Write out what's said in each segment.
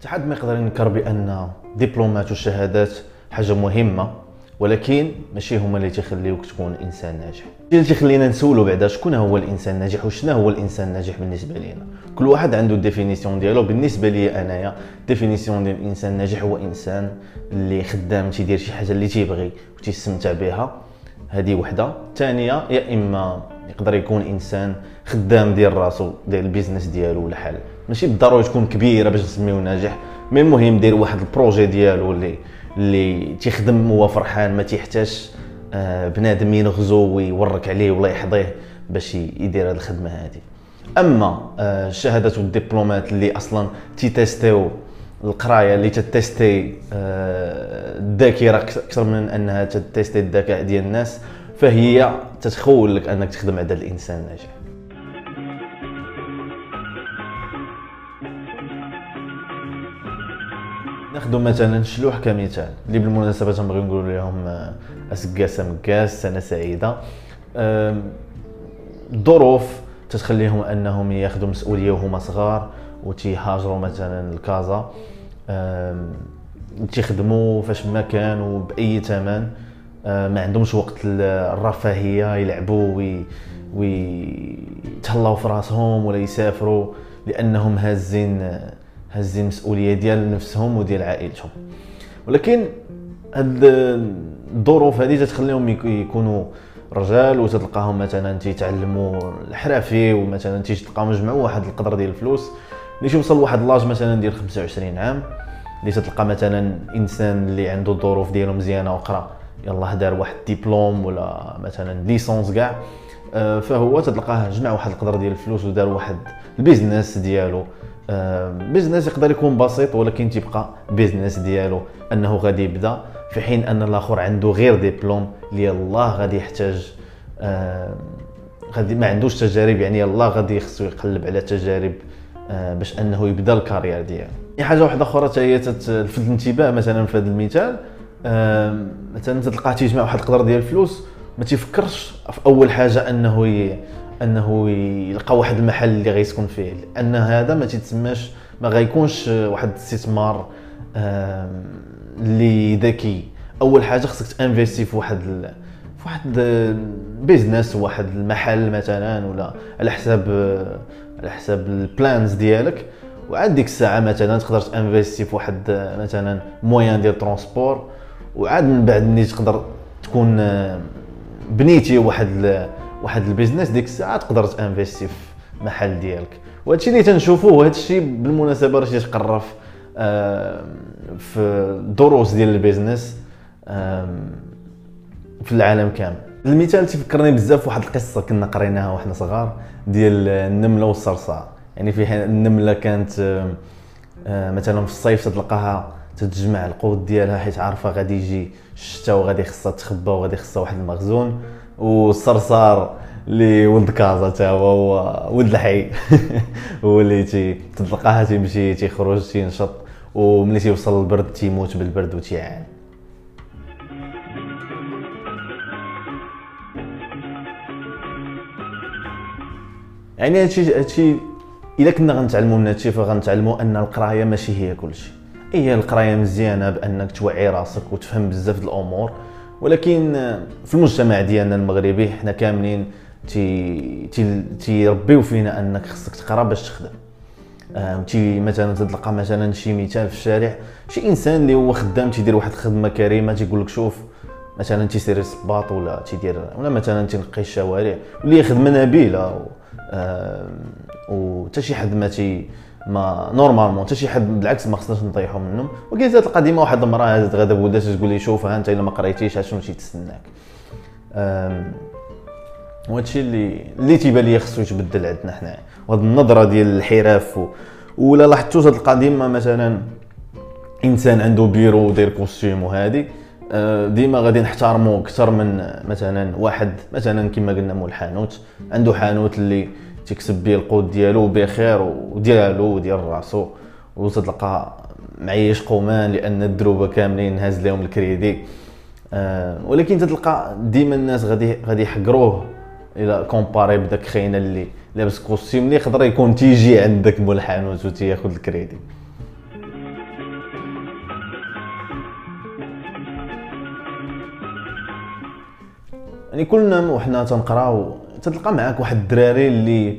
شحال ما يقدر ينكر بان دبلومات والشهادات حاجه مهمه، ولكن ماشي هما اللي تيخليوك تكون انسان ناجح. اللي تيخلينا نسولوا بعدا شكون هو الانسان الناجح وشنو هو الانسان الناجح بالنسبه لينا. كل واحد عنده الديفينيسيون ديالو. بالنسبه لي انايا الديفينيسيون ديال الانسان الناجح هو انسان اللي خدام تيدير شي حاجه اللي تيبغي وتيستمتع بها. هذه وحده. ثانيه يا اما يقدر يكون انسان خدام ديال راسو، ديال البيزنس ديالو ولا حال، ماشي بالضروري تكون كبيره باش نسميو ناجح، مي المهم دير واحد البروجي ديالو اللي تيخدم هو فرحان، ما تيحتاجش بنادم ينغزو ويورك عليه ولا يحضيه باش يدير هذه الخدمه هذه. اما الشهادات والدبلومات اللي اصلا تيتيستيو القرايه، اللي تتيستي الذاكره اكثر من انها تتيستي الذكاء ديال الناس، فهي تتخول لك انك تخدم على الانسان الناجح. ناخذ مثلا شلوح كمثال، اللي بالمناسبه تنبغي نقول لهم اسكاس مكاس سنه سعيده. الظروف تتخليهم انهم ياخذوا مسؤوليه وهما صغار وتيهاجروا مثلا لكازا، تيخدموا فاش ما كان وباي ثمن، ما عندهمش وقت الرفاهيه يلعبوا ويتهلاو في راسهم ولا يسافروا، لانهم هازين مسؤوليه ديال نفسهم وديال عائلتهم. ولكن هاد الظروف هذه تتخليهم يكونوا رجال، وتتلقاهم مثلا تيتعلموا الحرفي، ومثلا تلقاهم يجمعوا واحد القدر ديال الفلوس اللي توصل لواحد لاج مثلا ديال 25 عام، اللي تتلقى مثلا انسان اللي عنده الظروف ديالو مزيانه وقرا يلاه دار واحد ديبلوم ولا مثلا ليسونس كاع، فهو تتلقاه جمع واحد القدر ديال الفلوس ودار واحد البيزنس ديالو. بيزنس يقدر يكون بسيط ولكن تيبقى بيزنس ديالو انه غادي يبدا، في حين ان الاخر عنده غير دبلوم اللي يلاه غادي يحتاج غادي ما عندوش تجارب، يعني يلاه غادي خصو يقلب على تجارب باش انه يبدا الكارير ديالو. حاجه واحده اخرى حتى هي تلفت الانتباه مثلا في هذا المثال، مثلا تلقاه تيجمع واحد القدر ديال الفلوس، ما تيفكرش في اول حاجه انه يلقى واحد المحل اللي غيسكن فيه، لان هذا ما تيتسماش، ما غيكونش واحد الاستثمار اللي ذكي. اول حاجه خصك تانفيستي في واحد بيزنس، واحد المحل مثلا، ولا على حساب البلانز ديالك، وعاد ديك الساعه مثلا تقدر تانفيستي في واحد مثلا مويان ديال ترونسبور، وعاد من بعد ملي تقدر تكون بنيتي واحد البيزنس، ديك الساعه تقدر تانفيستي في محل ديالك. وهادشي اللي تنشوفوه، وهادشي بالمناسبه راه تيتقرا في الدروس ديال البيزنس في العالم كامل. المثال تيفكرني بزاف واحد القصه كنا قريناها وحنا صغار ديال النمله والصرصار. يعني في النمله كانت مثلا في الصيف تتلقاها تتجمع القوت ديالها حيت عارفه غادي يجي الشتاء وغادي خصها تخبى وغادي خصها واحد المخزون. والصرصار اللي ولد كازا تا هو ولد الحي هو اللي تتلقاها تيمشي تيخرج تينشط، وملي تيوصل البرد تيموت بالبرد وتيعاني. يعني هادشي الا كنا غنتعلموا من هادشي فغنتعلموا ان القرايه ماشي هي كلشي. هي القرايه مزيانه بانك توعي راسك وتفهم بزاف د الامور، ولكن في المجتمع ديالنا المغربي حنا كاملين تيربيو فينا انك خصك تقرا باش تخدم. مثلا تلقى مثلا شي مثال في الشارع، شي انسان اللي هو خدام تيدير واحد الخدمه كريمه، تيقول لك شوف مثلا تيسير السباط ولا مثلا تنقي الشوارع، واللي هي خدمه نبيله، وحتى شي حد ما نورمالمون حتى شي حد بالعكس ما خصناش نطيحوا منهم. ولكن تلقى ديما واحد المراه هازت غدا بولات تقول لي شوف ها انت الا ما قريتيش شنو تيتسناك. وهادشي اللي تيبان لي خصو يتبدل عندنا حنايا، وهاد النظره ديال الحراف. ولا لاحظتوا تلقى ديما مثلا انسان عنده بيرو وداير كوستيم، وهادي ديما غادي نحترمو اكثر من مثلا واحد مثلا كما قلنا مول الحانوت عنده حانوت اللي تيكسب به القوت ديالو بخير وديالو وديال راسو، وتتلقى معيش قومان لان الدروبه كاملين هاز لهم الكريدي. ولكن تتلقى ديما الناس غادي يحقروه الى كومباري بداك خاينه اللي لابس كوستيم اللي يقدر يكون تيجي عندك مول الحانوت وتياخذ الكريدي. يعني كلنا وحنا تنقراو تتلقى معاك واحد الدراري اللي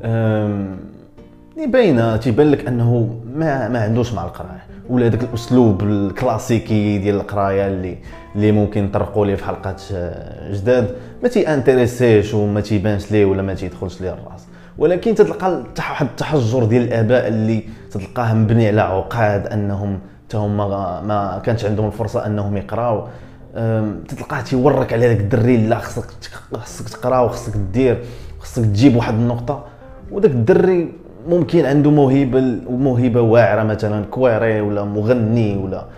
باينه تيبان لك انه ما عندوش مع القرايه، ولا داك الاسلوب الكلاسيكي ديال القرايه اللي ممكن نطرقوا ليه في حلقات جداد، ما تيانتريسيش وما تيبانش ليه ولا ما تيدخلش ليه الراس. ولكن تتلقى واحد التحجر ديال الاباء اللي تتلقاه مبني على عقاد انهم تهم ما كانش عندهم الفرصه انهم يقراو. تتلقاه تيورك على داك الدري لا خصك تقرا وخصك دير وخصك تجيب واحد النقطه، وداك الدري ممكن عنده موهبه واعره، مثلا كويري ولا مغني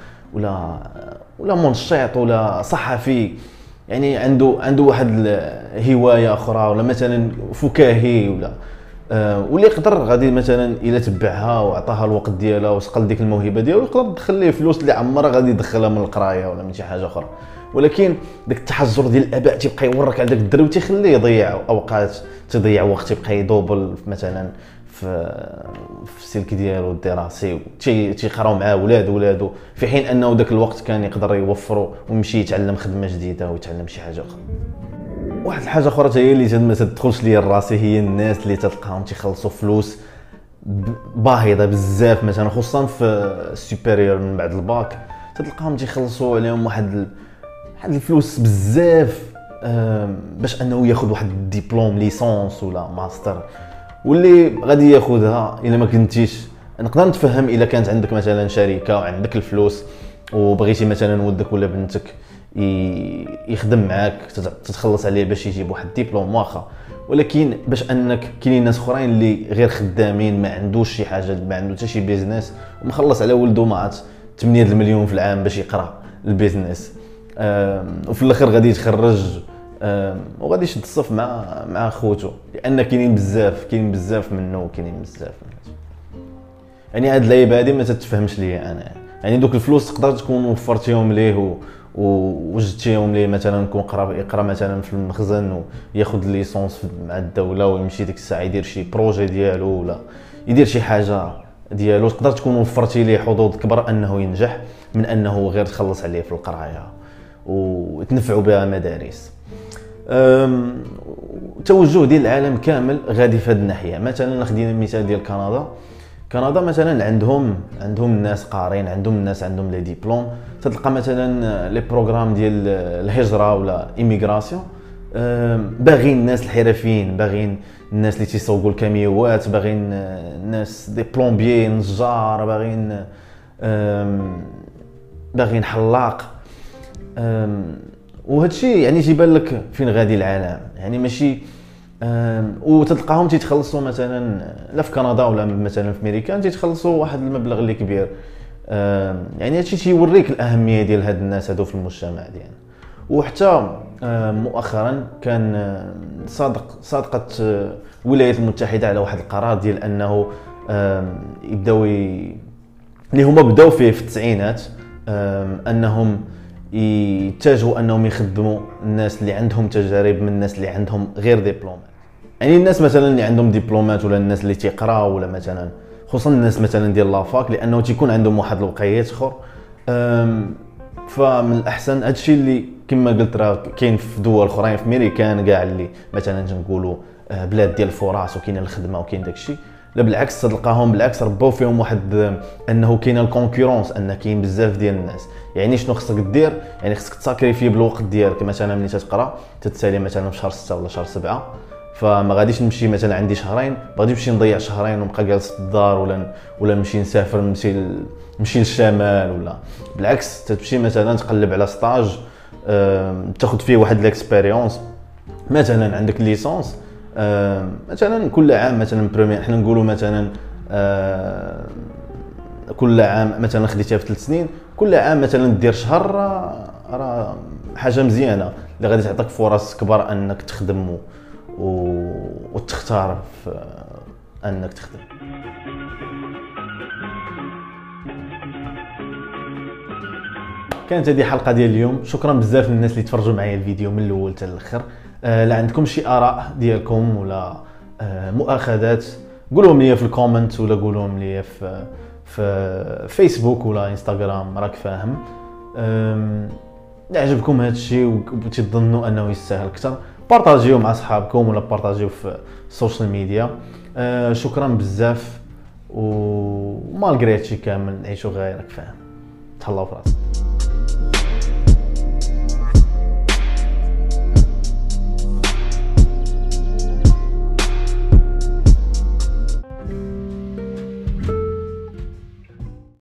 ولا منشط ولا صحفي، يعني عنده واحد هوايه اخرى، ولا مثلا فكاهي واللي يقدر غادي مثلا الا تبعها وعطاها الوقت ديالها وسقل ديك الموهبه ديالو يقدر يدخل ليه فلوس اللي عمرها غادي يدخلها من القرايه ولا من شي حاجه اخرى. ولكن داك التحجر ديال الاباء تيبقى يورك على داك الدري وتيخليه يضيع اوقات، تضيع وقت، تيبقى يدوبل مثلا في السلك ديالو الدراسي، تيقراو مع ولادو، في حين انه داك الوقت كان يقدر يوفره ويمشي يتعلم خدمه جديده ويتعلم شي حاجه اخرى. واحد الحاجه اخرى هي اللي ما تدخلش ليا لراسي، هي الناس اللي تلقاهم تيخلصوا فلوس باهظه بزاف، مثلا خصوصا في السوبيريور من بعد الباك تلقاهم تيخلصوا عليهم واحد الفلوس بزاف باش انه ياخذ واحد الدبلوم ليسونس ولا ماستر، واللي غادي ياخذها الا ما كنتيش. نقدر نتفهم الا كانت عندك مثلا شركه وعندك الفلوس وبغيتي مثلا ولدك ولا بنتك يخدم معاك تتخلص عليه باش يجيب واحد الدبلوم واخا، ولكن باش انك كاينين ناس اخرين اللي غير خدامين ما عندوش شي حاجه، ما عنده حتى شي بيزنس ومخلص على ولده معات 8 المليون في العام باش يقرا البيزنس، وفي الاخر غادي يتخرج وغادي يشد الصف مع خوتو، لان كاينين بزاف منه وكاينين بزاف يعني هاد اللعيبه هادي ما تتفهمش ليا انا. يعني دوك الفلوس تقدر تكون وفرتيهم ليه وجدتيهم ليه، مثلا يكون يقرا مثلا في المخزن وياخذ الليسونس مع الدوله ويمشي ديك الساعه يدير شي بروجي ديالو ولا يدير شي حاجه ديالو، تقدر تكون وفرتي ليه حظوظ كبر انه ينجح من انه غير تخلص عليه في القرايه وتنفعوا بها مدارس. التوجه ديال العالم كامل غادي في هذه الناحيه. مثلا خدينا المثال ديال كندا مثلا عندهم الناس قارين، عندهم الناس عندهم لي ديبلوم، تلقى مثلا لي بروغرام ديال الهجره ولا ايميغراسيون، باغيين الناس الحرفيين، باغيين الناس اللي تيسوقوا الكاميوات، باغيين الناس دي بلومبيي نجار، باغيين حلاق، وهذا الشيء يعني تيبان لك فين غادي العالم، يعني ماشي وتلقاهم تيتخلصوا مثلا لا في كندا ولا مثلا في امريكان تيتخلصوا واحد المبلغ اللي كبير. يعني هادشي تيوريك الاهميه ديال هاد الناس هادو في المجتمع ديالنا. وحتى مؤخرا كان صادقت الولايات المتحده على واحد القرار ديال انه يبداو اللي هما بداو فيه في التسعينات، انهم يتجهوا انهم يخدموا الناس اللي عندهم تجارب من الناس اللي عندهم غير دبلومات. يعني الناس مثلا اللي عندهم دبلومات ولا الناس اللي تيقراو ولا مثلا خصوصا الناس مثلا ديال لافاك، لانه تيكون عندهم واحد الوقيات اخر، فمن الاحسن هادشي اللي كما قلت راه كاين في دول اخرين في امريكان كاع اللي مثلا تنقولوا بلاد ديال الفرص وكاين الخدمه وكاين داكشي، لا بالعكس تلقاهم بالعكس رباو فيهم واحد انه كاين الكونكورونس، ان كاين بزاف ديال الناس. يعني شنو خصك دير؟ يعني خصك تساكريفي بالوقت ديالك، مثلا ملي تتقرا تتسالي مثلا في شهر 6 ولا شهر 7، فما غاديش نمشي مثلا عندي شهرين غادي نمشي نضيع شهرين ونبقى جالس في الدار ولا نمشي نسافر نمشي للشمال، ولا بالعكس تمشي مثلا تقلب على ستاج تاخذ فيه واحد ليكسبيريونس. مثلا عندك ليسونس مثلا كل عام مثلا بريمير، حنا نقولوا مثلا كل عام مثلا خديتها في 3 سنين، كل عام مثلا دير شهر راه حاجه مزيانه اللي غادي تعطيك فرص كبار انك تخدم وتختار في انك تخدم. كانت هذه الحلقه ديال اليوم، شكرا بزاف للناس اللي تفرجوا معايا الفيديو من الاول حتى الاخر. لا عندكم شي اراء ديالكم ولا مؤاخذات قولوهم لي في الكومنت ولا قولوهم لي في فيسبوك ولا انستغرام، راك فاهم. عجبكم هذا الشيء وتظنوا انه يستاهل اكثر، بارطاجيوه مع صحابكم ولا بارطاجيوه في السوشيال ميديا. شكرا بزاف، ومالغري هادشي كامل نعيشو غير راك فاهم. تهلاو في راسك.